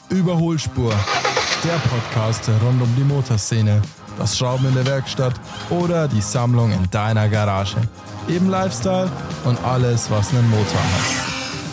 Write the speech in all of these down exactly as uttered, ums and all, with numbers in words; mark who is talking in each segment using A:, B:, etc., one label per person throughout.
A: Überholspur, der Podcast rund um die Motorszene, das Schrauben in der Werkstatt oder die Sammlung in deiner Garage. Eben Lifestyle und alles, was einen Motor hat.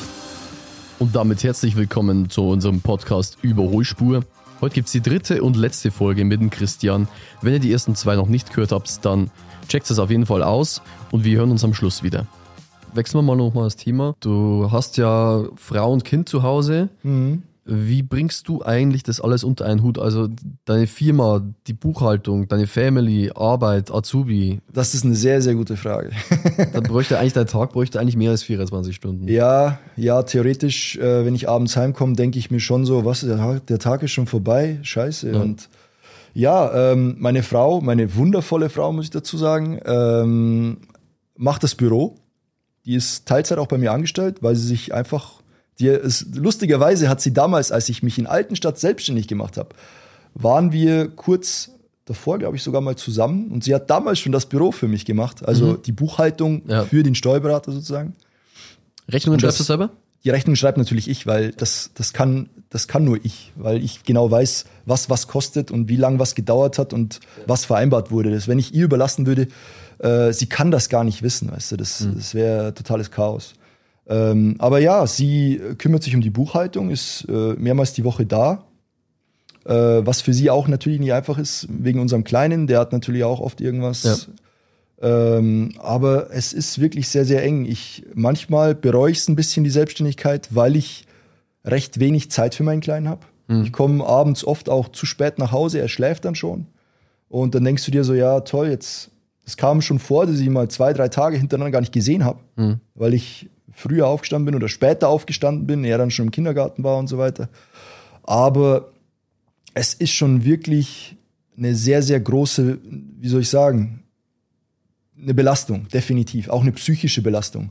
B: Und damit herzlich willkommen zu unserem Podcast Überholspur. Heute gibt es die dritte und letzte Folge mit dem Christian. Wenn ihr die ersten zwei noch nicht gehört habt, dann checkt es auf jeden Fall aus und wir hören uns am Schluss wieder. Wechseln wir mal nochmal das Thema. Du hast ja Frau und Kind zu Hause.
C: Mhm. Wie
B: bringst du eigentlich das alles unter einen Hut? Also deine Firma, die Buchhaltung, deine Family, Arbeit, Azubi.
C: Das ist eine sehr, sehr gute Frage.
B: Dann bräuchte eigentlich dein Tag bräuchte eigentlich mehr als vierundzwanzig Stunden.
C: Ja, ja, theoretisch, äh, wenn ich abends heimkomme, denke ich mir schon so, was, der Tag, der Tag ist schon vorbei, scheiße. Ja. Und ja, ähm, meine Frau, meine wundervolle Frau, muss ich dazu sagen, ähm, macht das Büro. Die ist Teilzeit auch bei mir angestellt, weil sie sich einfach... Die ist, lustigerweise hat sie damals, als ich mich in Altenstadt selbstständig gemacht habe, waren wir kurz davor, glaube ich, sogar mal zusammen. Und sie hat damals schon das Büro für mich gemacht. Also mhm. die Buchhaltung ja. für den Steuerberater sozusagen.
B: Rechnungen schreibst du selber?
C: Die Rechnung schreibt natürlich ich, weil das, das, kann, das kann nur ich. Weil ich genau weiß, was was kostet und wie lange was gedauert hat und was vereinbart wurde. Das, wenn ich ihr überlassen würde, äh, sie kann das gar nicht wissen. Weißt du, das, mhm. das wäre totales Chaos. Ähm, aber ja, sie kümmert sich um die Buchhaltung, ist äh, mehrmals die Woche da, äh, was für sie auch natürlich nicht einfach ist, wegen unserem Kleinen, der hat natürlich auch oft irgendwas. Ja. Ähm, aber es ist wirklich sehr, sehr eng. Ich, manchmal bereue ich es ein bisschen, die Selbstständigkeit, weil ich recht wenig Zeit für meinen Kleinen habe. Mhm. Ich komme abends oft auch zu spät nach Hause, er schläft dann schon. Und dann denkst du dir so, ja toll, jetzt, es kam schon vor, dass ich ihn mal zwei, drei Tage hintereinander gar nicht gesehen habe, mhm. weil ich früher aufgestanden bin oder später aufgestanden bin, er dann schon im Kindergarten war und so weiter. Aber es ist schon wirklich eine sehr, sehr große, wie soll ich sagen, eine Belastung, definitiv. Auch eine psychische Belastung.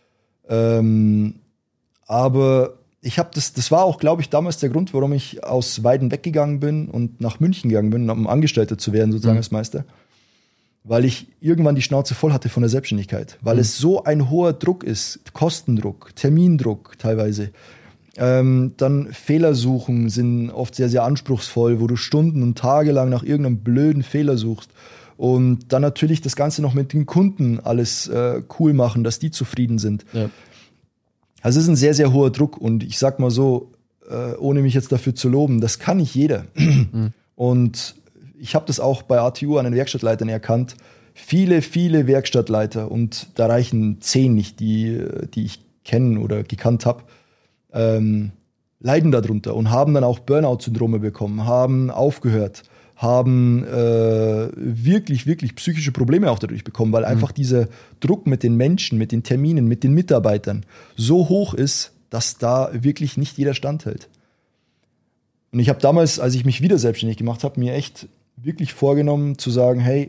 C: Ähm, aber ich habe das, das war auch, glaube ich, damals der Grund, warum ich aus Weiden weggegangen bin und nach München gegangen bin, um Angestellter zu werden, sozusagen mhm. als Meister. Weil ich irgendwann die Schnauze voll hatte von der Selbstständigkeit. Weil mhm. es so ein hoher Druck ist, Kostendruck, Termindruck teilweise. Ähm, dann Fehlersuchen sind oft sehr, sehr anspruchsvoll, wo du Stunden und Tage lang nach irgendeinem blöden Fehler suchst. Und dann natürlich das Ganze noch mit den Kunden alles äh, cool machen, dass die zufrieden sind. Ja. Also es ist ein sehr, sehr hoher Druck. Und ich sag mal so, äh, ohne mich jetzt dafür zu loben, das kann nicht jeder. Mhm. Und ich habe das auch bei A T U an den Werkstattleitern erkannt. Viele, viele Werkstattleiter, und da reichen zehn nicht, die, die ich kennen oder gekannt habe, ähm, leiden darunter und haben dann auch Burnout-Syndrome bekommen, haben aufgehört, haben äh, wirklich, wirklich psychische Probleme auch dadurch bekommen, weil mhm. einfach dieser Druck mit den Menschen, mit den Terminen, mit den Mitarbeitern so hoch ist, dass da wirklich nicht jeder standhält. Und ich habe damals, als ich mich wieder selbstständig gemacht habe, mir echt wirklich vorgenommen zu sagen, hey,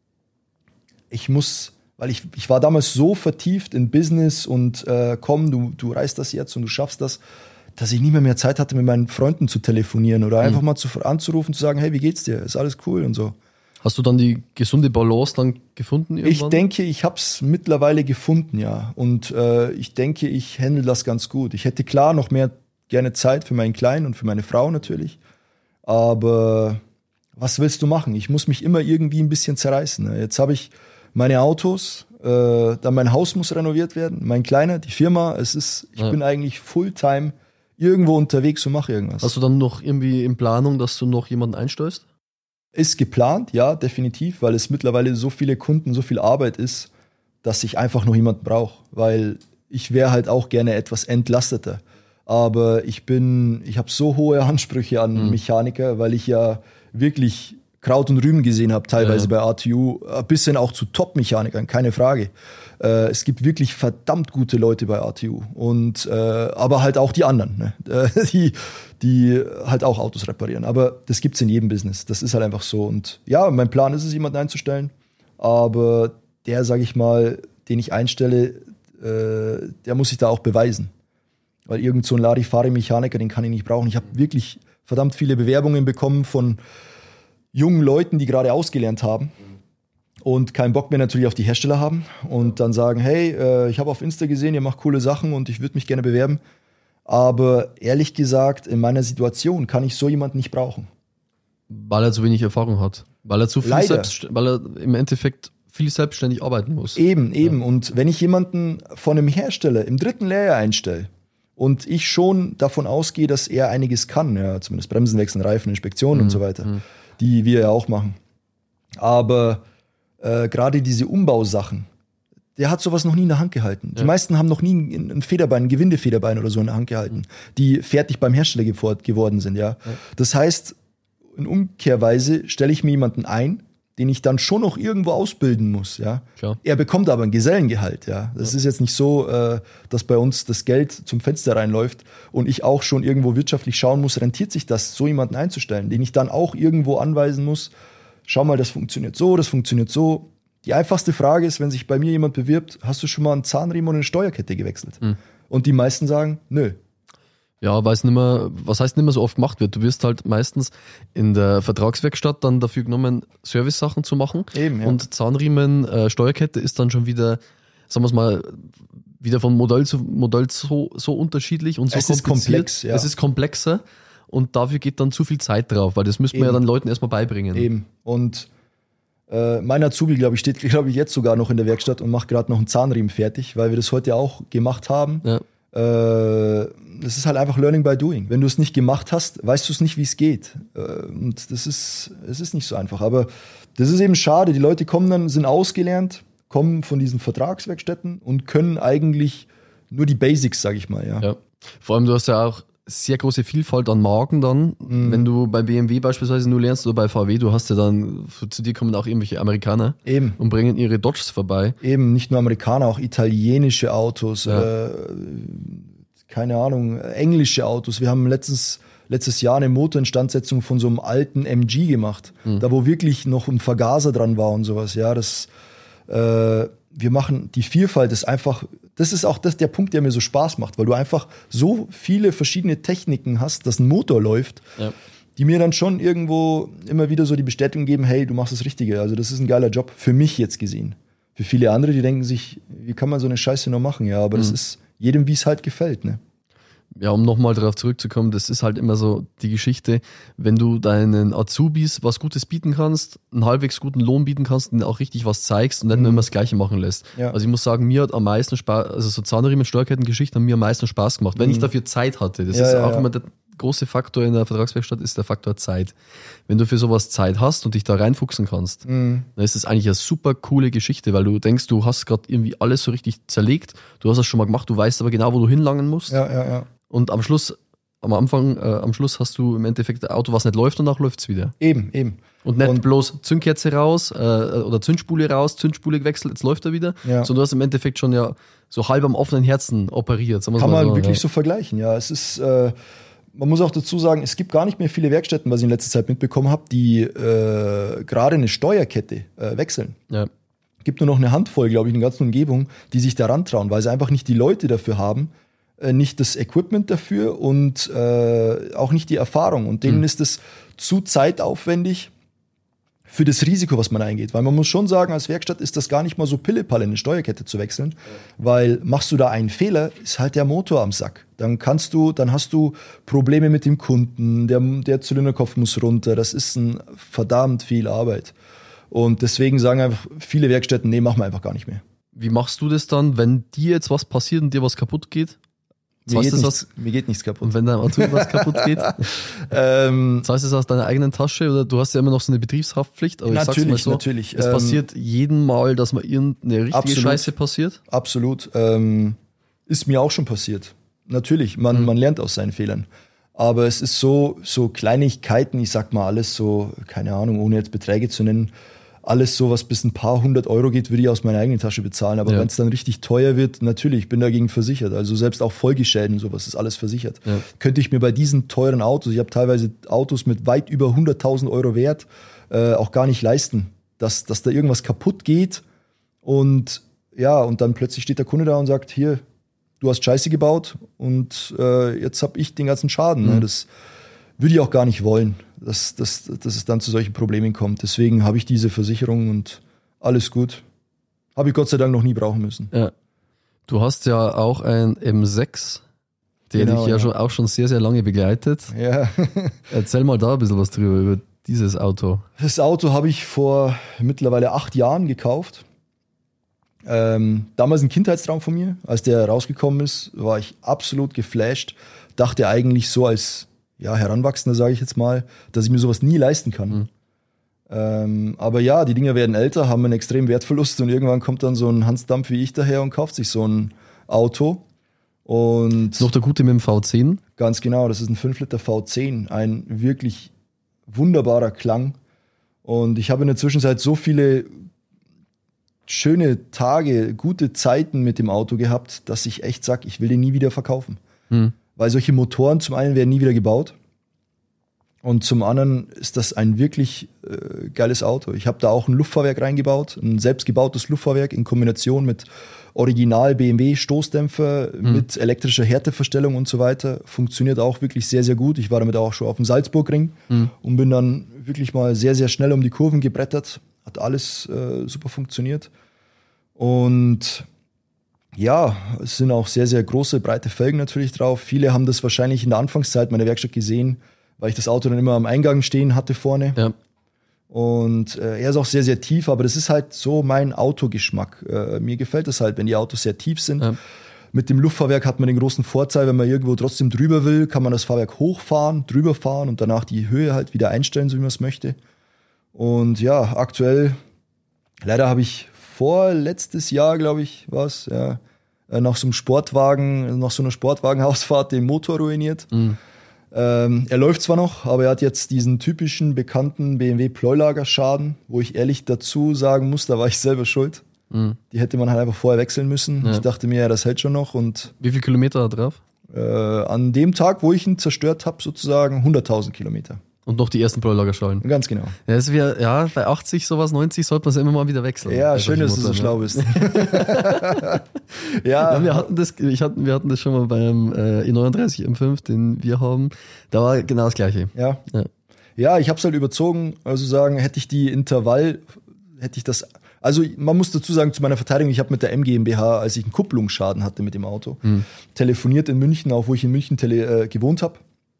C: ich muss, weil ich, ich war damals so vertieft in Business und äh, komm, du, du reißt das jetzt und du schaffst das, dass ich nicht mehr mehr Zeit hatte, mit meinen Freunden zu telefonieren oder mhm. einfach mal zu, anzurufen, zu sagen, hey, wie geht's dir? Ist alles cool und so.
B: Hast du dann die gesunde Balance dann gefunden irgendwann?
C: Ich denke, ich habe es mittlerweile gefunden, ja. Und äh, ich denke, ich handle das ganz gut. Ich hätte klar noch mehr gerne Zeit für meinen Kleinen und für meine Frau natürlich, aber was willst du machen? Ich muss mich immer irgendwie ein bisschen zerreißen. Jetzt habe ich meine Autos, äh, dann mein Haus muss renoviert werden, mein Kleiner, die Firma. Es ist, ich ja. bin eigentlich Fulltime irgendwo unterwegs und mache irgendwas.
B: Hast du dann noch irgendwie in Planung, dass du noch jemanden einstellst?
C: Ist geplant, ja, definitiv, weil es mittlerweile so viele Kunden, so viel Arbeit ist, dass ich einfach noch jemanden brauche. Weil ich wäre halt auch gerne etwas entlasteter. Aber ich bin, ich habe so hohe Ansprüche an mhm. Mechaniker, weil ich ja wirklich Kraut und Rüben gesehen habe, teilweise ja. bei A T U, ein bisschen auch zu Top-Mechanikern, keine Frage. Äh, es gibt wirklich verdammt gute Leute bei A T U, und, äh, aber halt auch die anderen, ne? die, die halt auch Autos reparieren. Aber das gibt's in jedem Business, das ist halt einfach so. Und ja, mein Plan ist es, jemanden einzustellen, aber der, sage ich mal, den ich einstelle, äh, der muss sich da auch beweisen. Weil irgend so ein Larifari-Mechaniker, den kann ich nicht brauchen. Ich habe wirklich verdammt viele Bewerbungen bekommen von jungen Leuten, die gerade ausgelernt haben und keinen Bock mehr natürlich auf die Hersteller haben und dann sagen, hey, äh, ich habe auf Insta gesehen, ihr macht coole Sachen und ich würde mich gerne bewerben. Aber ehrlich gesagt, in meiner Situation kann ich so jemanden nicht brauchen.
B: Weil er zu wenig Erfahrung hat. Weil er zu viel
C: Leider.
B: selbst, weil er im Endeffekt viel selbstständig arbeiten muss.
C: Eben, eben. Ja. Und wenn ich jemanden von einem Hersteller im dritten Lehrjahr einstelle und ich schon davon ausgehe, dass er einiges kann, ja, zumindest Bremsen wechseln, Reifen, Inspektionen mhm. und so weiter, mhm. die wir ja auch machen. Aber äh, gerade diese Umbausachen, der hat sowas noch nie in der Hand gehalten. Ja. Die meisten haben noch nie ein, ein Federbein, ein Gewindefederbein oder so in der Hand gehalten, mhm. die fertig beim Hersteller gefor- geworden sind. Ja. ja. Das heißt, in Umkehrweise stelle ich mir jemanden ein, den ich dann schon noch irgendwo ausbilden muss. Ja.
B: Klar.
C: Er bekommt aber ein Gesellengehalt. Ja. Das ja. ist jetzt nicht so, äh, dass bei uns das Geld zum Fenster reinläuft und ich auch schon irgendwo wirtschaftlich schauen muss, rentiert sich das, so jemanden einzustellen, den ich dann auch irgendwo anweisen muss, schau mal, das funktioniert so, das funktioniert so. Die einfachste Frage ist, wenn sich bei mir jemand bewirbt, hast du schon mal einen Zahnriemen oder eine Steuerkette gewechselt? Mhm. Und die meisten sagen, nö.
B: Ja, weil es nicht mehr, was heißt nicht mehr so oft gemacht wird. Du wirst halt meistens in der Vertragswerkstatt dann dafür genommen, Service-Sachen zu machen.
C: Eben, ja.
B: Und Zahnriemen, äh, Steuerkette ist dann schon wieder, sagen wir es mal, wieder von Modell zu Modell so, so unterschiedlich und so
C: es ist komplex. Ja.
B: Es ist komplexer und dafür geht dann zu viel Zeit drauf, weil das müsste man ja dann Leuten erstmal beibringen.
C: Eben. Und äh, mein Azubi, glaube ich, steht, glaube ich, jetzt sogar noch in der Werkstatt und macht gerade noch einen Zahnriemen fertig, weil wir das heute auch gemacht haben.
B: Ja.
C: Das ist halt einfach Learning by Doing. Wenn du es nicht gemacht hast, weißt du es nicht, wie es geht. Und das ist, es ist nicht so einfach. Aber das ist eben schade. Die Leute kommen dann, sind ausgelernt, kommen von diesen Vertragswerkstätten und können eigentlich nur die Basics, sag ich mal. Ja.
B: Ja. Vor allem, du hast ja auch sehr große Vielfalt an Marken dann. Mhm. Wenn du bei B M W beispielsweise nur lernst oder bei V W, du hast ja dann, zu dir kommen auch irgendwelche Amerikaner
C: Eben.
B: und bringen ihre Dodges vorbei.
C: Eben, nicht nur Amerikaner, auch italienische Autos,
B: Ja.
C: äh, keine Ahnung, englische Autos. Wir haben letztens, letztes Jahr eine Motorinstandsetzung von so einem alten M G gemacht, mhm. da wo wirklich noch ein Vergaser dran war und sowas. Ja, das, äh, wir machen die Vielfalt ist einfach, das ist auch das, der Punkt, der mir so Spaß macht, weil du einfach so viele verschiedene Techniken hast, dass ein Motor läuft,
B: Ja.
C: die mir dann schon irgendwo immer wieder so die Bestätigung geben, hey, du machst das Richtige. Also das ist ein geiler Job, für mich jetzt gesehen. Für viele andere, die denken sich, wie kann man so eine Scheiße noch machen? Ja, aber mhm. das ist jedem, wie es halt gefällt, ne?
B: Ja, um nochmal darauf zurückzukommen, das ist halt immer so die Geschichte, wenn du deinen Azubis was Gutes bieten kannst, einen halbwegs guten Lohn bieten kannst und auch richtig was zeigst und nicht nur immer das Gleiche machen lässt.
C: Ja.
B: Also ich muss sagen, mir hat am meisten Spaß, also so Zahnriemen, Steuerketten-Geschichten haben mir am meisten Spaß gemacht, wenn
C: Mhm.
B: ich dafür Zeit hatte. Das
C: Ja,
B: ist
C: ja,
B: auch
C: ja.
B: immer der große Faktor in der Vertragswerkstatt, ist der Faktor Zeit. Wenn du für sowas Zeit hast und dich da reinfuchsen kannst,
C: Mhm.
B: dann ist das eigentlich eine super coole Geschichte, weil du denkst, du hast gerade irgendwie alles so richtig zerlegt, du hast das schon mal gemacht, du weißt aber genau, wo du hinlangen musst.
C: Ja, ja, ja.
B: Und am Schluss, am Anfang, äh, am Schluss hast du im Endeffekt ein Auto, was nicht läuft, danach läuft's wieder.
C: Eben, eben.
B: Und nicht
C: Und-
B: bloß Zündkerze raus äh, oder Zündspule raus, Zündspule gewechselt, jetzt läuft er wieder.
C: Ja.
B: Sondern du hast im Endeffekt schon ja so halb am offenen Herzen operiert. sagen wir's
C: Kann
B: mal
C: man
B: so,
C: wirklich
B: ja.
C: so vergleichen, ja. Es ist, äh, man muss auch dazu sagen, es gibt gar nicht mehr viele Werkstätten, was ich in letzter Zeit mitbekommen habe, die äh, gerade eine Steuerkette äh, wechseln.
B: Ja.
C: Gibt nur noch eine Handvoll, glaube ich, in der ganzen Umgebung, die sich daran trauen, weil sie einfach nicht die Leute dafür haben, äh, nicht das Equipment dafür und äh, auch nicht die Erfahrung. Und denen
B: Mhm.
C: ist es zu zeitaufwendig für das Risiko, was man eingeht. Weil man muss schon sagen, als Werkstatt ist das gar nicht mal so Pillepalle, eine Steuerkette zu wechseln. Weil machst du da einen Fehler, ist halt der Motor am Sack. Dann kannst du, dann hast du Probleme mit dem Kunden, der, der Zylinderkopf muss runter. Das ist ein verdammt viel Arbeit. Und deswegen sagen einfach viele Werkstätten, nee, machen wir einfach gar nicht mehr.
B: Wie machst du das dann, wenn dir jetzt was passiert und dir was kaputt geht?
C: Mir
B: Zahlst
C: geht,
B: du das
C: nichts, mir geht nichts kaputt.
B: Und wenn deinem Azubi was kaputt geht,
C: Ähm,
B: zahlst du das aus deiner eigenen Tasche oder du hast ja immer noch so eine Betriebshaftpflicht? Aber ich sag's mal
C: natürlich,
B: so,
C: natürlich.
B: es
C: Ähm,
B: passiert jeden Mal, dass mal irgendeine richtige
C: Absolut.
B: Scheiße passiert.
C: Absolut. Ähm, ist mir auch schon passiert. Natürlich, man,
B: Mhm.
C: man lernt aus seinen Fehlern. Aber es ist so, so Kleinigkeiten, ich sag mal alles so, keine Ahnung, ohne jetzt Beträge zu nennen, alles so, was bis ein paar hundert Euro geht, würde ich aus meiner eigenen Tasche bezahlen. Aber
B: Ja.
C: wenn es dann richtig teuer wird, natürlich, ich bin dagegen versichert. Also selbst auch Folgeschäden, sowas ist alles versichert.
B: Ja.
C: Könnte ich mir bei diesen teuren Autos, ich habe teilweise Autos mit weit über hunderttausend Euro Wert, äh, auch gar nicht leisten, dass, dass da irgendwas kaputt geht und ja, und dann plötzlich steht der Kunde da und sagt, hier, du hast Scheiße gebaut und äh, jetzt habe ich den ganzen Schaden.
B: Mhm.
C: Ne? Das würde ich auch gar nicht wollen, dass, dass, dass es dann zu solchen Problemen kommt. Deswegen habe ich diese Versicherung und alles gut. Habe ich Gott sei Dank noch nie brauchen müssen.
B: Ja. Du hast ja auch ein M sechs. der
C: Genau,
B: dich ja,
C: ja.
B: Schon, auch schon sehr, sehr lange begleitet.
C: Ja.
B: Erzähl mal da ein bisschen was drüber, über dieses Auto.
C: Das Auto habe ich vor mittlerweile acht Jahren gekauft. Ähm, damals ein Kindheitstraum von mir. Als der rausgekommen ist, war ich absolut geflasht. Dachte eigentlich so als ja, Heranwachsender, sage ich jetzt mal, dass ich mir sowas nie leisten kann.
B: Mhm.
C: Ähm, aber ja, die Dinger werden älter, haben einen extremen Wertverlust und irgendwann kommt dann so ein Hans Dampf wie ich daher und kauft sich so ein Auto. Und
B: Noch der Gute mit dem V zehn.
C: ganz genau, das ist ein fünf Liter V zehn, ein wirklich wunderbarer Klang. Und ich habe in der Zwischenzeit so viele schöne Tage, gute Zeiten mit dem Auto gehabt, dass ich echt sage, ich will den nie wieder verkaufen.
B: Hm.
C: Weil solche Motoren zum einen werden nie wieder gebaut und zum anderen ist das ein wirklich äh, geiles Auto. Ich habe da auch ein Luftfahrwerk reingebaut, ein selbstgebautes Luftfahrwerk in Kombination mit Original B M W Stoßdämpfer,
B: Hm.
C: mit elektrischer Härteverstellung und so weiter. Funktioniert auch wirklich sehr, sehr gut. Ich war damit auch schon auf dem Salzburgring
B: Hm.
C: und bin dann wirklich mal sehr, sehr schnell um die Kurven gebrettert. Hat alles äh, super funktioniert. Und ja, es sind auch sehr, sehr große, breite Felgen natürlich drauf. Viele haben das wahrscheinlich in der Anfangszeit meiner Werkstatt gesehen, weil ich das Auto dann immer am Eingang stehen hatte vorne.
B: Ja.
C: Und äh, er ist auch sehr, sehr tief, aber das ist halt so mein Autogeschmack. Äh, mir gefällt das halt, wenn die Autos sehr tief sind.
B: Ja.
C: Mit dem Luftfahrwerk hat man den großen Vorteil, wenn man irgendwo trotzdem drüber will, kann man das Fahrwerk hochfahren, drüber fahren und danach die Höhe halt wieder einstellen, so wie man es möchte. Und ja, aktuell, leider habe ich vorletztes Jahr, glaube ich, was, ja, äh, nach so einem Sportwagen, nach so einer Sportwagenausfahrt den Motor ruiniert.
B: Mhm.
C: Ähm, er läuft zwar noch, aber er hat jetzt diesen typischen bekannten B M W Pleulagerschaden, wo ich ehrlich dazu sagen muss, da war ich selber schuld.
B: Mhm.
C: Die hätte man halt einfach vorher wechseln müssen.
B: Ja.
C: Ich dachte mir, ja, das hält schon noch. Und
B: Wie viele Kilometer da drauf?
C: äh, an dem Tag, wo ich ihn zerstört habe, sozusagen hunderttausend Kilometer.
B: Und noch die ersten Pleulagerschalen.
C: Ganz genau.
B: Ja, das wär, ja, bei achtzig, sowas, neunzig sollte man es immer mal wieder wechseln.
C: Ja,
B: Bei
C: schön, dass
B: solchen
C: du so
B: Motoren,
C: schlau
B: ja.
C: bist. ja,
B: Ja, wir hatten das, ich hatten, wir hatten das schon mal beim äh, E neununddreißig M fünf, den wir haben. Da war genau das Gleiche.
C: ja.
B: Ja.
C: Ja, ich habe es halt überzogen. Also sagen, hätte ich die Intervall, hätte ich das. Also man muss dazu sagen, zu meiner Verteidigung, ich habe mit der M GmbH, als ich einen Kupplungsschaden hatte mit dem Auto,
B: Hm.
C: telefoniert in München, auch wo ich in München tele, äh, gewohnt habe.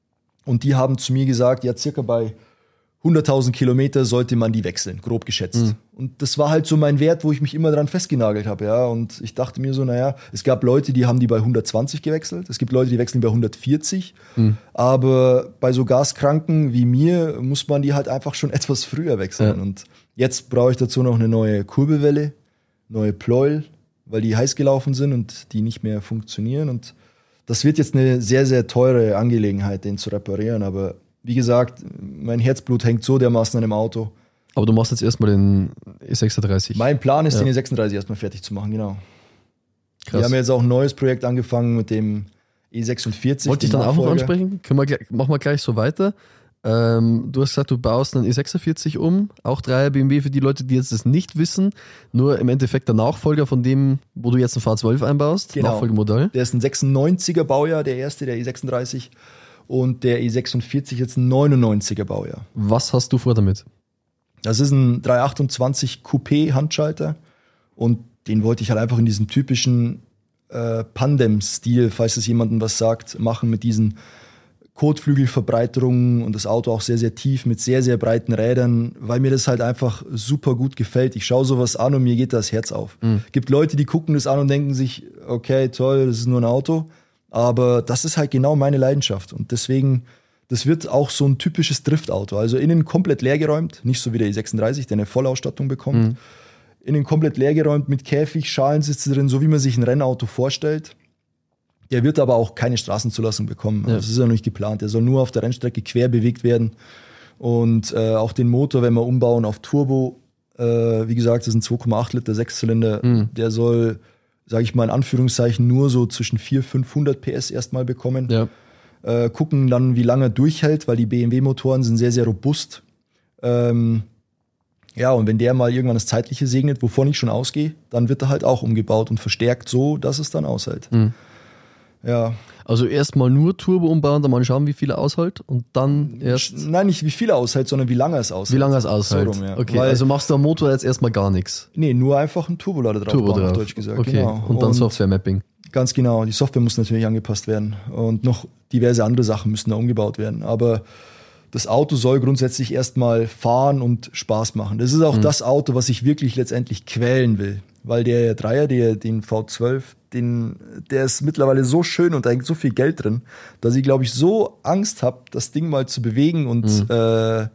C: Und die haben zu mir gesagt, ja, circa bei hunderttausend Kilometer sollte man die wechseln, grob geschätzt.
B: Mhm.
C: Und das war halt so mein Wert, wo ich mich immer dran festgenagelt habe. Ja. Und ich dachte mir so, naja, es gab Leute, die haben die bei hundertzwanzig gewechselt. Es gibt Leute, die wechseln bei hundertvierzig.
B: Mhm.
C: Aber bei so Gaskranken wie mir muss man die halt einfach schon etwas früher wechseln.
B: Ja.
C: Und jetzt brauche ich dazu noch eine neue Kurbelwelle, neue Pleuel, weil die heiß gelaufen sind und die nicht mehr funktionieren. Und das wird jetzt eine sehr, sehr teure Angelegenheit, den zu reparieren. Aber wie gesagt, mein Herzblut hängt so dermaßen an dem Auto.
B: Aber du machst jetzt erstmal den E sechsunddreißig.
C: Mein Plan ist,
B: Ja.
C: den E sechsunddreißig erstmal fertig zu machen, genau.
B: Krass.
C: Wir haben jetzt auch ein neues Projekt angefangen mit dem E sechsundvierzig.
B: Wollte ich
C: dem
B: dann auch noch
C: Nachfolger.
B: ansprechen. Können wir, gleich- machen wir gleich so weiter. Ähm, du hast gesagt, du baust einen E sechsundvierzig um. Auch Dreier B M W für die Leute, die jetzt das nicht wissen. Nur im Endeffekt der Nachfolger von dem, wo du jetzt ein V zwölf einbaust.
C: Genau.
B: Nachfolgemodell.
C: Der ist ein sechsundneunziger Baujahr, der erste, der E sechsunddreißig. Und der E sechsundvierzig jetzt ein neunundneunziger Baujahr.
B: Was hast du vor damit?
C: Das ist ein dreihundertachtundzwanzig Coupé Handschalter. Und den wollte ich halt einfach in diesem typischen äh, Pandem-Stil, falls es jemandem was sagt, machen mit diesen Kotflügelverbreiterungen und das Auto auch sehr, sehr tief mit sehr, sehr breiten Rädern, weil mir das halt einfach super gut gefällt. Ich schaue sowas an und mir geht das Herz auf.
B: Mhm.
C: Gibt Leute, die gucken das an und denken sich, okay, toll, das ist nur ein Auto. Aber das ist halt genau meine Leidenschaft. Und deswegen, das wird auch so ein typisches Driftauto. Also innen komplett leergeräumt, nicht so wie der E sechsunddreißig, der eine Vollausstattung bekommt.
B: Mhm.
C: Innen komplett leergeräumt mit Käfig, Schalensitze drin, so wie man sich ein Rennauto vorstellt. Der wird aber auch keine Straßenzulassung bekommen.
B: Ja.
C: Das ist ja noch nicht geplant. Der soll nur auf der Rennstrecke quer bewegt werden. Und äh, auch den Motor, wenn wir umbauen auf Turbo, äh, wie gesagt, das sind zwei Komma acht Liter Sechszylinder,
B: Mhm.
C: der soll, sage ich mal in Anführungszeichen, nur so zwischen vierhundert, fünfhundert P S erstmal bekommen.
B: Ja.
C: Äh, gucken dann, wie lange er durchhält, weil die B M W-Motoren sind sehr, sehr robust. Ähm, ja, und wenn der mal irgendwann das Zeitliche segnet, wovon ich schon ausgehe, dann wird er halt auch umgebaut und verstärkt so, dass es dann aushält.
B: Mhm.
C: Ja.
B: Also erstmal nur Turbo umbauen, dann mal schauen, wie viel er aushält und dann erst,
C: Nein, nicht wie viel er aushält, sondern wie lange es aushält.
B: wie lange er es aushält.
C: So rum, ja.
B: Okay,
C: Weil-
B: also machst du am Motor jetzt erstmal gar nichts.
C: Nee, nur einfach ein Turbolader drauf,
B: Turbo
C: bauen,
B: drauf.
C: auf Deutsch gesagt.
B: Okay,
C: Genau.
B: und dann Software-Mapping.
C: Ganz genau. Die Software muss natürlich angepasst werden und noch diverse andere Sachen müssen da umgebaut werden. Aber das Auto soll grundsätzlich erstmal fahren und Spaß machen. Das ist auch mhm. das Auto, was ich wirklich letztendlich quälen will. Weil der Dreier, der, den V zwölf, den, der ist mittlerweile so schön und da hängt so viel Geld drin, dass ich, glaube ich, so Angst habe, das Ding mal zu bewegen und mhm. äh,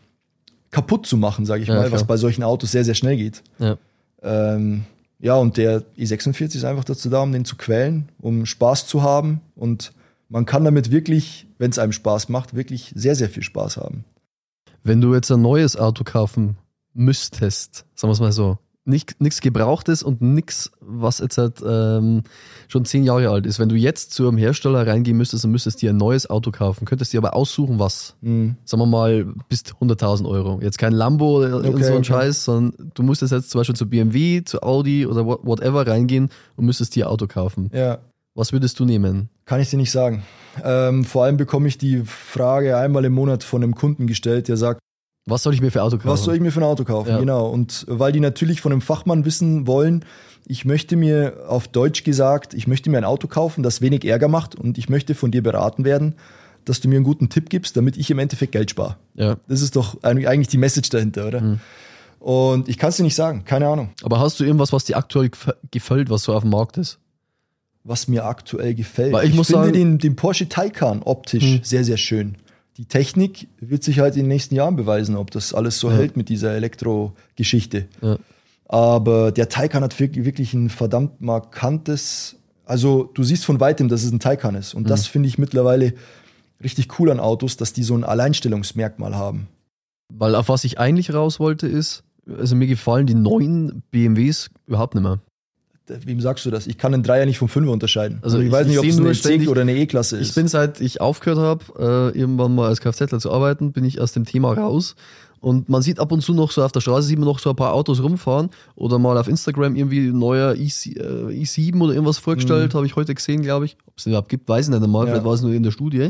C: kaputt zu machen, sage ich ja, mal, klar. was bei solchen Autos sehr, sehr schnell geht.
B: Ja.
C: Ähm, ja, und der i sechsundvierzig ist einfach dazu da, um den zu quälen, um Spaß zu haben. Und man kann damit wirklich, wenn es einem Spaß macht, wirklich sehr, sehr viel Spaß haben.
B: Wenn du jetzt ein neues Auto kaufen müsstest, sagen wir es mal so, nichts Gebrauchtes und nichts, was jetzt halt ähm, schon zehn Jahre alt ist. Wenn du jetzt zu einem Hersteller reingehen müsstest und müsstest dir ein neues Auto kaufen, könntest dir aber aussuchen, was. Mhm. Sagen wir mal, bis hunderttausend Euro. Jetzt kein Lambo oder okay, so ein okay. Scheiß, sondern du musstest jetzt zum Beispiel zu B M W, zu Audi oder whatever reingehen und müsstest dir ein Auto kaufen.
C: Ja.
B: Was würdest du nehmen?
C: Kann ich dir nicht sagen. Ähm, vor allem bekomme ich die Frage einmal im Monat von einem Kunden gestellt, der sagt,
B: was soll ich mir für ein Auto kaufen?
C: Was soll ich mir für ein Auto kaufen, ja. Genau. Und weil die natürlich von einem Fachmann wissen wollen, ich möchte mir auf Deutsch gesagt, ich möchte mir ein Auto kaufen, das wenig Ärger macht und ich möchte von dir beraten werden, dass du mir einen guten Tipp gibst, damit ich im Endeffekt Geld spare.
B: Ja.
C: Das ist doch eigentlich die Message dahinter, oder? Mhm. Und ich kann es dir nicht sagen, keine Ahnung.
B: Aber hast du irgendwas, was dir aktuell gefällt, was so auf dem Markt ist?
C: Was mir aktuell gefällt?
B: Weil ich,
C: ich
B: muss
C: finde
B: sagen,
C: den, den Porsche Taycan optisch mhm. sehr, sehr schön. Die Technik wird sich halt in den nächsten Jahren beweisen, ob das alles so ja. hält mit dieser Elektro-Geschichte. Ja. Aber der Taycan hat wirklich ein verdammt markantes, also du siehst von weitem, dass es ein Taycan ist. Und mhm. das finde ich mittlerweile richtig cool an Autos, dass die so ein Alleinstellungsmerkmal haben.
B: Weil auf was ich eigentlich raus wollte ist, also mir gefallen die neuen B M Ws überhaupt nicht mehr.
C: Wem sagst du das? Ich kann einen Dreier nicht vom Fünfer unterscheiden.
B: Also
C: ich,
B: ich
C: weiß nicht, ob es
B: nur
C: eine C oder eine E-Klasse ist.
B: Ich bin, seit ich aufgehört habe, äh, irgendwann mal als Kfzler zu arbeiten, bin ich aus dem Thema raus. Und man sieht ab und zu noch so auf der Straße, sieht man noch so ein paar Autos rumfahren oder mal auf Instagram irgendwie ein neuer i sieben oder irgendwas vorgestellt, mhm. habe ich heute gesehen, glaube ich. Ob es überhaupt gibt, weiß ich nicht einmal, ja. vielleicht war es nur in der Studie.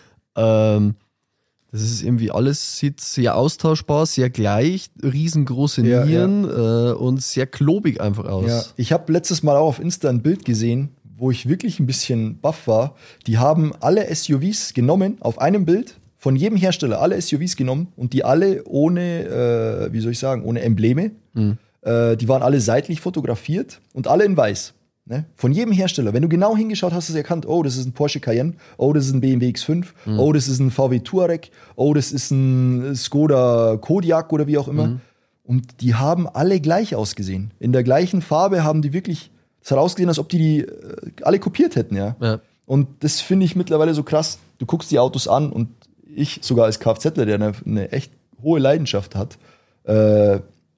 B: Ähm, das ist irgendwie alles, sieht sehr austauschbar, sehr gleich, riesengroße
C: ja,
B: Nieren
C: ja.
B: Äh, und sehr klobig einfach aus.
C: Ja. Ich habe letztes Mal auch auf Insta ein Bild gesehen, wo ich wirklich ein bisschen baff war. Die haben alle S U Vs genommen, auf einem Bild, von jedem Hersteller alle S U Vs genommen und die alle ohne, äh, wie soll ich sagen, ohne Embleme. Mhm. Äh, die waren alle seitlich fotografiert und alle in weiß. Ne? Von jedem Hersteller. Wenn du genau hingeschaut hast, hast du erkannt, oh, das ist ein Porsche Cayenne, oh, das ist ein B M W X fünf, mhm. oh, das ist ein V W Touareg, oh, das ist ein Skoda Kodiaq oder wie auch immer. Mhm. Und die haben alle gleich ausgesehen. In der gleichen Farbe haben die wirklich, es hat ausgesehen, als ob die die äh, alle kopiert hätten, ja.
B: ja.
C: Und das finde ich mittlerweile so krass. Du guckst die Autos an und ich sogar als Kfzler, der eine, eine echt hohe Leidenschaft hat, äh,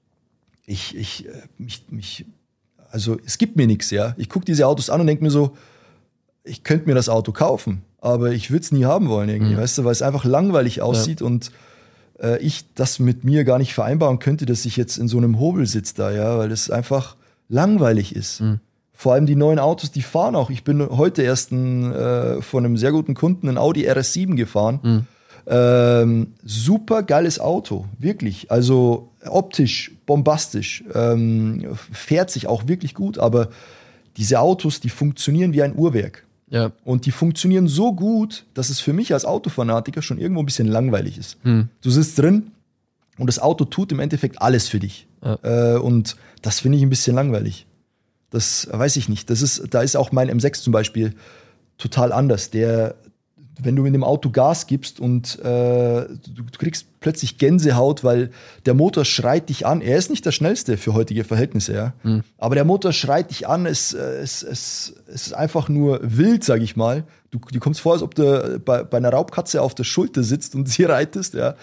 C: ich, ich, mich, mich Also es gibt mir nichts, ja. Ich gucke diese Autos an und denke mir so, ich könnte mir das Auto kaufen, aber ich würde es nie haben wollen irgendwie, mhm. weißt du, weil es einfach langweilig aussieht ja. und äh, ich das mit mir gar nicht vereinbaren könnte, dass ich jetzt in so einem Hobel sitze da, ja, weil es einfach langweilig ist. Mhm. Vor allem die neuen Autos, die fahren auch. Ich bin heute erst ein, äh, von einem sehr guten Kunden einen Audi R S sieben gefahren. Mhm. Ähm, super geiles Auto, wirklich. Also optisch bombastisch, ähm, fährt sich auch wirklich gut, aber diese Autos, die funktionieren wie ein Uhrwerk.
B: Ja.
C: Und die funktionieren so gut, dass es für mich als Autofanatiker schon irgendwo ein bisschen langweilig ist.
B: Hm.
C: Du sitzt drin und das Auto tut im Endeffekt alles für dich.
B: Ja.
C: Äh, und das finde ich ein bisschen langweilig. Das weiß ich nicht. Das ist, da ist auch mein M sechs zum Beispiel total anders. Der Wenn du in dem Auto Gas gibst und äh, du, du kriegst plötzlich Gänsehaut, weil der Motor schreit dich an. Er ist nicht der schnellste für heutige Verhältnisse, ja.
B: Mhm.
C: Aber der Motor schreit dich an. Es, es, es, es ist einfach nur wild, sag ich mal. Du, du kommst vor, als ob du bei, bei einer Raubkatze auf der Schulter sitzt und sie reitest, ja.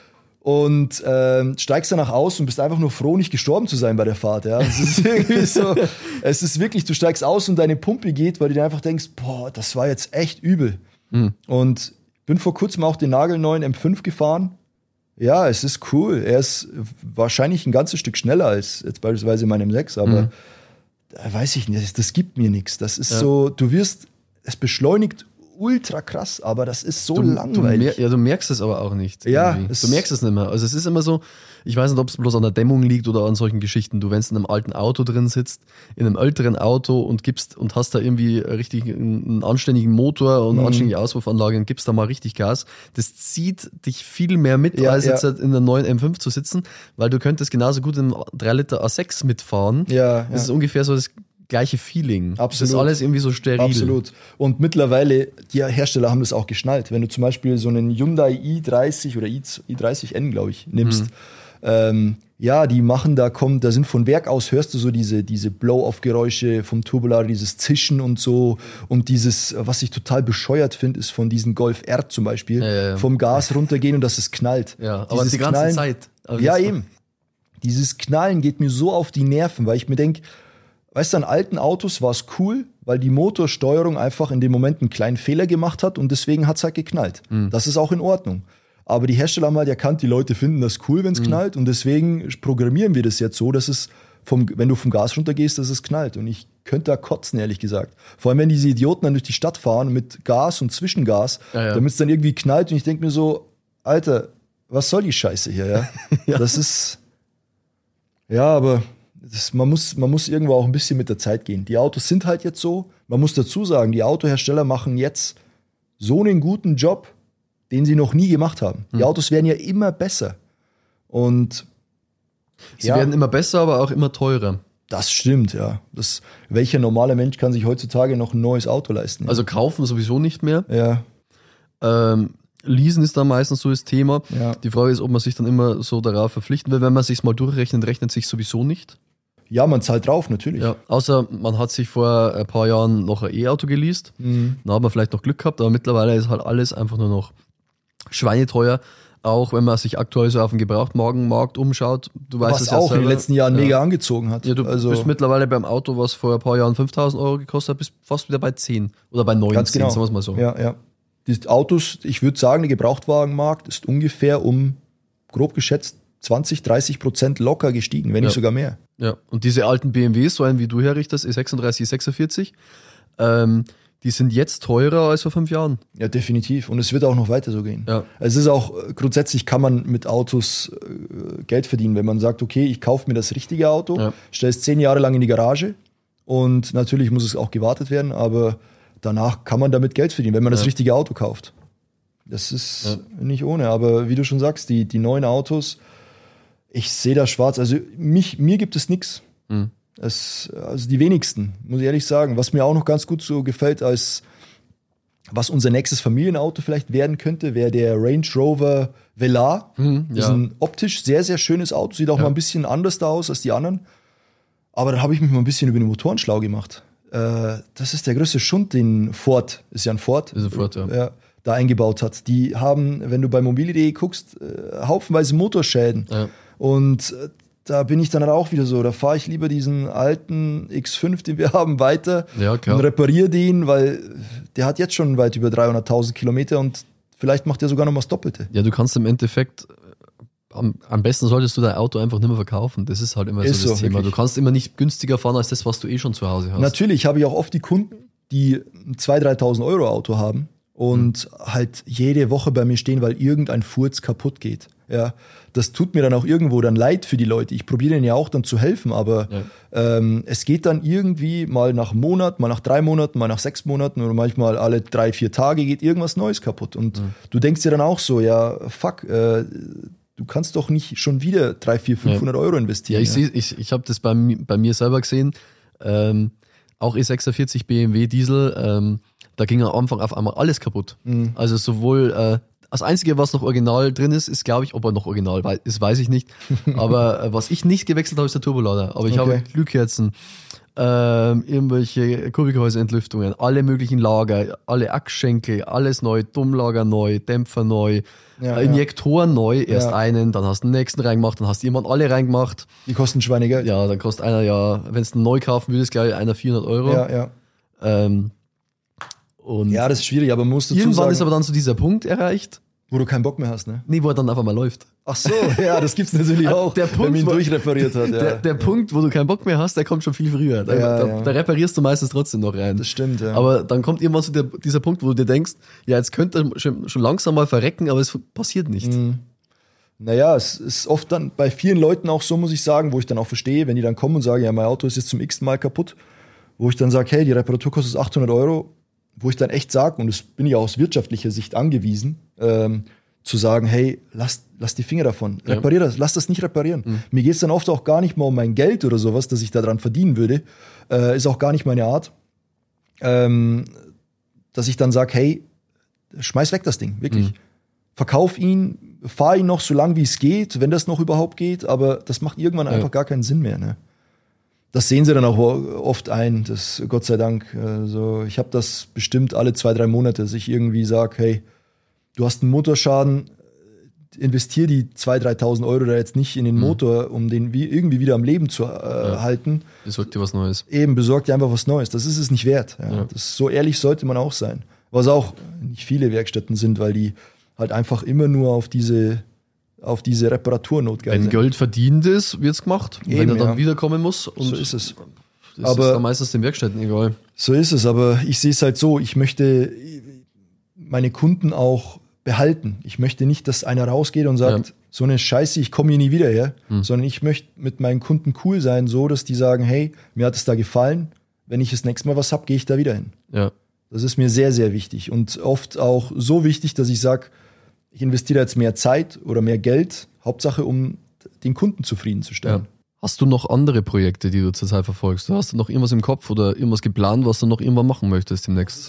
C: Und ähm, steigst danach aus und bist einfach nur froh, nicht gestorben zu sein bei der Fahrt. Ja? Es ist irgendwie so, es ist wirklich, du steigst aus und deine Pumpe geht, weil du dir einfach denkst, boah, das war jetzt echt übel.
B: Mhm.
C: Und bin vor kurzem auch den nagelneuen M fünf gefahren. Ja, es ist cool. Er ist wahrscheinlich ein ganzes Stück schneller als jetzt beispielsweise mein M sechs, aber
B: mhm.
C: da weiß ich nicht, das, das gibt mir nichts. Das ist
B: ja.
C: so, du wirst, es beschleunigt ultra krass, aber das ist so
B: du,
C: langweilig.
B: Du mer- ja, du merkst es aber auch nicht.
C: Ja,
B: du merkst es nicht mehr. Also es ist immer so, Ich weiß nicht, ob es bloß an der Dämmung liegt oder an solchen Geschichten. Du, wenn du in einem alten Auto drin sitzt, in einem älteren Auto und gibst und hast da irgendwie richtig einen, einen anständigen Motor und eine
C: Mhm.
B: anständige Auspuffanlage und gibst da mal richtig Gas, das zieht dich viel mehr mit,
C: Ja,
B: als
C: ja.
B: jetzt halt in der neuen M fünf zu sitzen, weil du könntest genauso gut in einem drei Liter A sechs mitfahren.
C: Ja,
B: Das
C: ja.
B: ist ungefähr so das gleiche Feeling.
C: Absolut.
B: Das ist alles irgendwie so steril.
C: Absolut. Und mittlerweile, die Hersteller haben das auch geschnallt. Wenn du zum Beispiel so einen Hyundai i dreißig oder i dreißig N, glaube ich, nimmst,
B: Mhm.
C: ähm, ja, die machen da, kommt, da sind von Werk aus, hörst du so diese, diese Blow-off-Geräusche vom Turbolader, dieses Zischen und so. Und dieses, was ich total bescheuert finde, ist von diesem Golf R zum Beispiel,
B: Ja, ja, ja.
C: vom Gas runtergehen und dass es knallt.
B: Ja, aber
C: Dieses
B: die ganze
C: Knallen-
B: Zeit. Aber
C: Ja,
B: das-
C: eben. Dieses Knallen geht mir so auf die Nerven, weil ich mir denke, weißt du, an alten Autos war es cool, weil die Motorsteuerung einfach in dem Moment einen kleinen Fehler gemacht hat und deswegen hat es halt geknallt.
B: Mhm.
C: Das ist auch in Ordnung. Aber die Hersteller haben halt erkannt, die Leute finden das cool, wenn es
B: Mhm.
C: knallt und deswegen programmieren wir das jetzt so, dass es, vom, wenn du vom Gas runtergehst, dass es knallt. Und ich könnte da kotzen, ehrlich gesagt. Vor allem, wenn diese Idioten dann durch die Stadt fahren mit Gas und Zwischengas,
B: Ja, ja.
C: damit es dann irgendwie knallt und ich denke mir so, Alter, was soll die Scheiße hier, ja?
B: Ja.
C: Das ist... Ja, aber das, man, muss, man muss irgendwo auch ein bisschen mit der Zeit gehen. Die Autos sind halt jetzt so. Man muss dazu sagen, die Autohersteller machen jetzt so einen guten Job, den sie noch nie gemacht haben. Die Autos werden ja immer besser. Und
B: Sie
C: ja,
B: werden immer besser, aber auch immer teurer.
C: das stimmt, ja. Das, welcher normale Mensch kann sich heutzutage noch ein neues Auto leisten?
B: Also kaufen sowieso nicht mehr.
C: ja,
B: Ähm, Leasen ist da meistens so das Thema.
C: Ja.
B: Die Frage ist, ob man sich dann immer so darauf verpflichten will. Wenn man sich mal durchrechnet, rechnet sich sowieso nicht.
C: ja, man zahlt drauf, natürlich.
B: Ja. Außer man hat sich vor ein paar Jahren noch ein E-Auto geleast.
C: Mhm.
B: Dann hat man vielleicht noch Glück gehabt, aber mittlerweile ist halt alles einfach nur noch schweineteuer. Auch wenn man sich aktuell so auf den Gebrauchtwagenmarkt umschaut. Du weißt
C: Was
B: es ja
C: auch in den
B: selber.
C: letzten Jahren
B: Ja.
C: mega angezogen hat.
B: Ja, du
C: also,
B: bist mittlerweile beim Auto, was vor ein paar Jahren fünftausend Euro gekostet hat, bist fast wieder bei zehn oder bei neunzehn,
C: ganz genau.
B: sagen wir es mal so.
C: Ja, ja. Die Autos, ich würde sagen, der Gebrauchtwagenmarkt ist ungefähr um, grob geschätzt, zwanzig, dreißig Prozent locker gestiegen, wenn
B: Ja.
C: nicht sogar mehr.
B: Ja, und diese alten B M Ws, so einen wie du herrichtest, E sechsunddreißig, E sechsundvierzig, ähm, die sind jetzt teurer als vor fünf Jahren.
C: Ja, definitiv. Und es wird auch noch weiter so gehen.
B: Ja.
C: Es ist auch, äh, grundsätzlich kann man mit Autos äh, Geld verdienen, wenn man sagt, okay, ich kaufe mir das richtige Auto,
B: Ja.
C: stelle es zehn Jahre lang in die Garage und natürlich muss es auch gewartet werden, aber danach kann man damit Geld verdienen, wenn man das
B: Ja.
C: richtige Auto kauft. Das ist nicht ohne, aber wie du schon sagst, die, die neuen Autos, ich sehe da schwarz. Also mich, mir gibt es nichts.
B: Mhm.
C: Es, also die wenigsten, muss ich ehrlich sagen. Was mir auch noch ganz gut so gefällt, als was unser nächstes Familienauto vielleicht werden könnte, wäre der Range Rover Velar.
B: Mhm,
C: Das ist
B: ja.
C: ein optisch sehr, sehr schönes Auto. Sieht auch
B: Ja.
C: mal ein bisschen anders da aus als die anderen. Aber da habe ich mich mal ein bisschen über die Motoren schlau gemacht. Äh, das ist der größte Schund, den Ford, ist ja ein Ford,
B: Ist ein Ford, ja.
C: ja, da eingebaut hat. Die haben, wenn du bei mobile punkt de guckst, äh, haufenweise Motorschäden.
B: Ja.
C: Und äh, da bin ich dann halt auch wieder so, da fahre ich lieber diesen alten X fünf, den wir haben, weiter
B: Ja, klar.
C: und repariere den, weil der hat jetzt schon weit über dreihunderttausend Kilometer und vielleicht macht der sogar noch mal das Doppelte.
B: Ja, du kannst im Endeffekt, äh, am, am besten solltest du dein Auto einfach nicht mehr verkaufen. Das ist halt immer
C: Ist
B: so das
C: so,
B: Thema.
C: wirklich.
B: Du kannst immer nicht günstiger fahren als das, was du eh schon zu Hause hast.
C: Natürlich habe ich auch oft die Kunden, die ein zweitausend, dreitausend Euro Auto haben und
B: Mhm.
C: halt jede Woche bei mir stehen, weil irgendein Furz kaputt geht. Ja, das tut mir dann auch irgendwo dann leid für die Leute. Ich probiere denen ja auch dann zu helfen, aber
B: Ja.
C: ähm, es geht dann irgendwie mal nach einem Monat, mal nach drei Monaten, mal nach sechs Monaten oder manchmal alle drei, vier Tage geht irgendwas Neues kaputt. Und
B: Mhm.
C: du denkst dir dann auch so, ja, fuck, äh, du kannst doch nicht schon wieder dreihundert, vierhundert, fünfhundert Euro
B: Ja,
C: investieren.
B: ich sehe, ich, ich habe das bei, mi- bei mir selber gesehen. Ähm, auch E sechsundvierzig B M W Diesel, ähm, da ging am Anfang auf einmal alles kaputt.
C: Mhm.
B: Also sowohl äh, das Einzige, was noch original drin ist, ist, glaube ich, ob er noch original wei- ist, weiß ich nicht. Aber äh, was ich nicht gewechselt habe, ist der Turbolader. Aber ich
C: Okay.
B: habe Glühkerzen, ähm, irgendwelche Kurbelgehäuseentlüftungen, alle möglichen Lager, alle Achsschenkel, alles neu, Dummlager neu, Dämpfer neu,
C: Ja,
B: äh, Injektoren neu, erst
C: Ja.
B: einen, dann hast du den nächsten reingemacht, dann hast du jemand alle reingemacht.
C: Die kosten Schweinegeld.
B: Ja, dann kostet einer ja, wenn du einen neu kaufen würdest, glaube ich, einer vierhundert Euro.
C: ja. ja.
B: Ähm, und
C: Ja, das ist schwierig, aber man muss dazu
B: irgendwann
C: sagen,
B: ist aber dann so dieser Punkt erreicht,
C: wo du keinen Bock mehr hast, ne?
B: nee, wo er dann einfach mal läuft.
C: Ach so, ja, das gibt's natürlich auch,
B: Der
C: wenn
B: Punkt,
C: man ihn
B: wo-
C: durchrepariert hat. Ja.
B: Der, der Punkt, wo du keinen Bock mehr hast, der kommt schon viel früher. Da,
C: Ja,
B: da,
C: ja.
B: da reparierst du meistens trotzdem noch rein.
C: Das stimmt, ja.
B: Aber dann kommt irgendwann so der, dieser Punkt, wo du dir denkst, ja, jetzt könnte er schon, schon langsam mal verrecken, aber es passiert nicht.
C: Mhm. Naja, es ist oft dann bei vielen Leuten auch so, muss ich sagen, wo ich dann auch verstehe, wenn die dann kommen und sagen, ja, mein Auto ist jetzt zum x-ten Mal kaputt, wo ich dann sage, hey, die Reparatur kostet achthundert Euro, wo ich dann echt sage, und das bin ich auch aus wirtschaftlicher Sicht angewiesen, ähm, zu sagen, hey, lass, lass die Finger davon,
B: Ja.
C: reparier das, lass das nicht reparieren. Mhm. Mir geht es dann oft auch gar nicht mal um mein Geld oder sowas, dass ich daran verdienen würde, äh, ist auch gar nicht meine Art, ähm, dass ich dann sage, hey, schmeiß weg das Ding, wirklich. Mhm. Verkauf ihn, fahr ihn noch so lang, wie es geht, wenn das noch überhaupt geht, aber das macht irgendwann ja. einfach gar keinen Sinn mehr. Ne? Das sehen sie dann auch oft ein, das Gott sei Dank. Also ich habe das bestimmt alle zwei, drei Monate, dass ich irgendwie sage, hey, du hast einen Motorschaden, investier die zweitausend, dreitausend Euro da jetzt nicht in den Motor, um den wie, irgendwie wieder am Leben zu äh, ja. halten.
B: Besorg dir was Neues.
C: Eben, besorg dir einfach was Neues. Das ist es nicht wert. Ja. Ja. Das, so ehrlich sollte man auch sein. Was auch nicht viele Werkstätten sind, weil die halt einfach immer nur auf diese, auf diese Reparaturnot geil
B: Wenn
C: sind.
B: Geld verdient ist, wird es gemacht.
C: Eben,
B: wenn er dann
C: ja.
B: wiederkommen muss. Und
C: so ist es.
B: Das
C: aber
B: ist dann meistens den Werkstätten egal.
C: So ist es, aber ich sehe es halt so, ich möchte meine Kunden auch behalten. Ich möchte nicht, dass einer rausgeht und sagt, ja. so eine Scheiße, ich komme hier nie wieder her, hm. sondern ich möchte mit meinen Kunden cool sein, so dass die sagen, hey, mir hat es da gefallen, wenn ich das nächste Mal was habe, gehe ich da wieder hin.
B: Ja.
C: Das ist mir sehr, sehr wichtig und oft auch so wichtig, dass ich sage, ich investiere jetzt mehr Zeit oder mehr Geld, Hauptsache, um den Kunden zufriedenzustellen.
B: Ja. Hast du noch andere Projekte, die du zurzeit verfolgst? Hast du noch irgendwas im Kopf oder irgendwas geplant, was du noch irgendwann machen möchtest demnächst?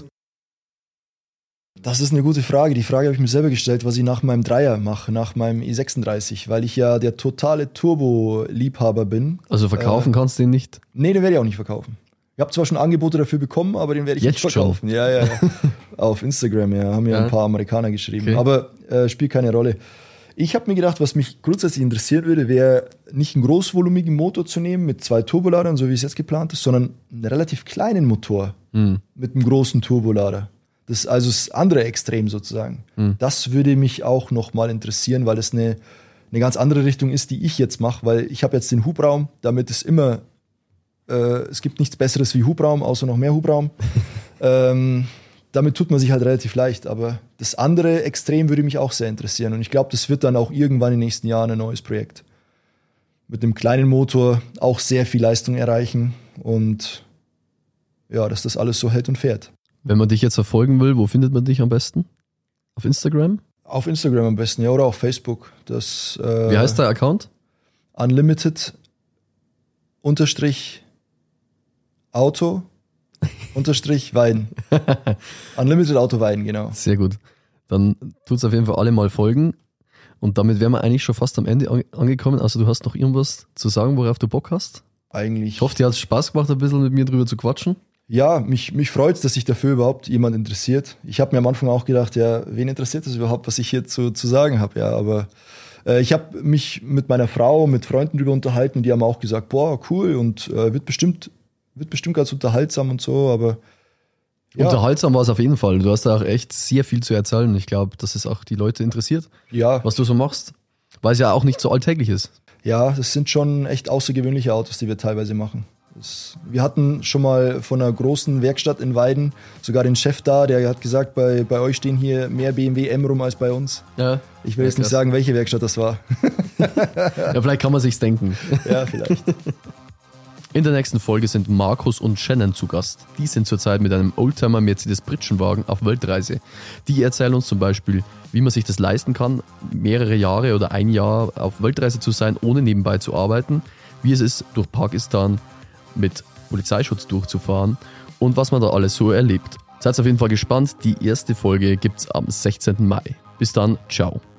C: Das ist eine gute Frage. Die Frage habe ich mir selber gestellt, was ich nach meinem Dreier mache, nach meinem E sechsunddreißig, weil ich ja der totale Turbo-Liebhaber bin.
B: Also verkaufen äh, kannst du den nicht?
C: Nee, den werde ich auch nicht verkaufen. Ich habe zwar schon Angebote dafür bekommen, aber den werde ich
B: Jetzt
C: nicht verkaufen.
B: Schon?
C: Ja, ja, ja. Auf Instagram, ja, haben ja, ja ein paar Amerikaner geschrieben.
B: Okay.
C: Aber äh, spielt keine Rolle. Ich habe mir gedacht, was mich grundsätzlich interessieren würde, wäre nicht einen großvolumigen Motor zu nehmen mit zwei Turboladern, so wie es jetzt geplant ist, sondern einen relativ kleinen Motor hm. mit einem großen Turbolader. Das ist also das andere Extrem sozusagen. Hm. Das würde mich auch nochmal interessieren, weil es eine, eine ganz andere Richtung ist, die ich jetzt mache, weil ich habe jetzt den Hubraum, damit ist immer Äh, es gibt nichts Besseres wie Hubraum, außer noch mehr Hubraum. ähm, damit tut man sich halt relativ leicht. Aber das andere Extrem würde mich auch sehr interessieren. Und ich glaube, das wird dann auch irgendwann in den nächsten Jahren ein neues Projekt. Mit einem kleinen Motor auch sehr viel Leistung erreichen. Und ja, dass das alles so hält und fährt.
B: Wenn man dich jetzt verfolgen will, wo findet man dich am besten? Auf Instagram?
C: Auf Instagram am besten, ja, oder auf Facebook. Das, äh,
B: Wie heißt der Account?
C: Unlimited unterstrich Auto unterstrich Weiden. Unlimited Auto Weiden, genau.
B: Sehr gut. Dann tut's auf jeden Fall alle mal folgen. Und damit wären wir eigentlich schon fast am Ende angekommen. Also du hast noch irgendwas zu sagen, worauf du Bock hast?
C: Eigentlich.
B: Ich hoffe, dir hat es Spaß gemacht, ein bisschen mit mir drüber zu quatschen.
C: Ja, mich, mich freut es, dass sich dafür überhaupt jemand interessiert. Ich habe mir am Anfang auch gedacht, ja, wen interessiert das überhaupt, was ich hier zu, zu sagen habe? Ja, aber äh, ich habe mich mit meiner Frau, mit Freunden drüber unterhalten und die haben auch gesagt, boah, cool und äh, wird bestimmt Wird bestimmt ganz unterhaltsam und so, aber ja.
B: Unterhaltsam war es auf jeden Fall. Du hast da auch echt sehr viel zu erzählen. Ich glaube, dass es auch die Leute interessiert,
C: ja.
B: was du so machst, weil es ja auch nicht so alltäglich ist.
C: Ja, das sind schon echt außergewöhnliche Autos, die wir teilweise machen. Das, wir hatten schon mal von einer großen Werkstatt in Weiden sogar den Chef da, der hat gesagt, bei, bei euch stehen hier mehr B M W M rum als bei uns.
B: Ja.
C: Ich will ja, jetzt nicht sagen, welche Werkstatt das war.
B: Ja, vielleicht kann man sich's denken.
C: Ja, vielleicht.
B: In der nächsten Folge sind Markus und Shannon zu Gast. Die sind zurzeit mit einem Oldtimer Mercedes Pritschenwagen auf Weltreise. Die erzählen uns zum Beispiel, wie man sich das leisten kann, mehrere Jahre oder ein Jahr auf Weltreise zu sein, ohne nebenbei zu arbeiten, wie es ist, durch Pakistan mit Polizeischutz durchzufahren und was man da alles so erlebt. Seid auf jeden Fall gespannt. Die erste Folge gibt's am sechzehnten Mai. Bis dann, ciao.